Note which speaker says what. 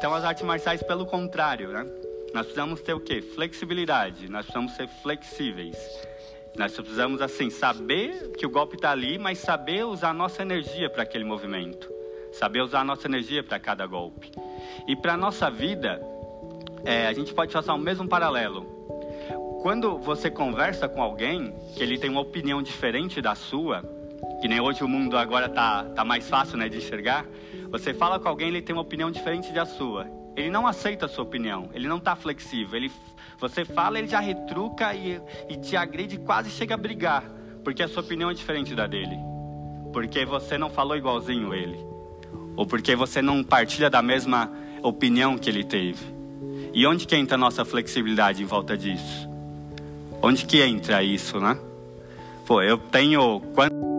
Speaker 1: Então as artes marciais, pelo contrário, né? Nós precisamos ter o quê? Flexibilidade. Nós precisamos ser flexíveis. Nós precisamos, assim, saber que o golpe está ali, mas saber usar a nossa energia para aquele movimento. Saber usar a nossa energia para cada golpe. E para a nossa vida, a gente pode fazer o mesmo paralelo. Quando você conversa com alguém que ele tem uma opinião diferente da sua, que nem hoje o mundo agora tá mais fácil, né, de enxergar, você fala com alguém, ele tem uma opinião diferente da sua. Ele não aceita a sua opinião, ele não está flexível. Você fala, ele já retruca e te agride, quase chega a brigar, porque a sua opinião é diferente da dele. Porque você não falou igualzinho ele. Ou porque você não partilha da mesma opinião que ele teve. E onde que entra a nossa flexibilidade em volta disso? Onde que entra isso, né? Pô, eu tenho...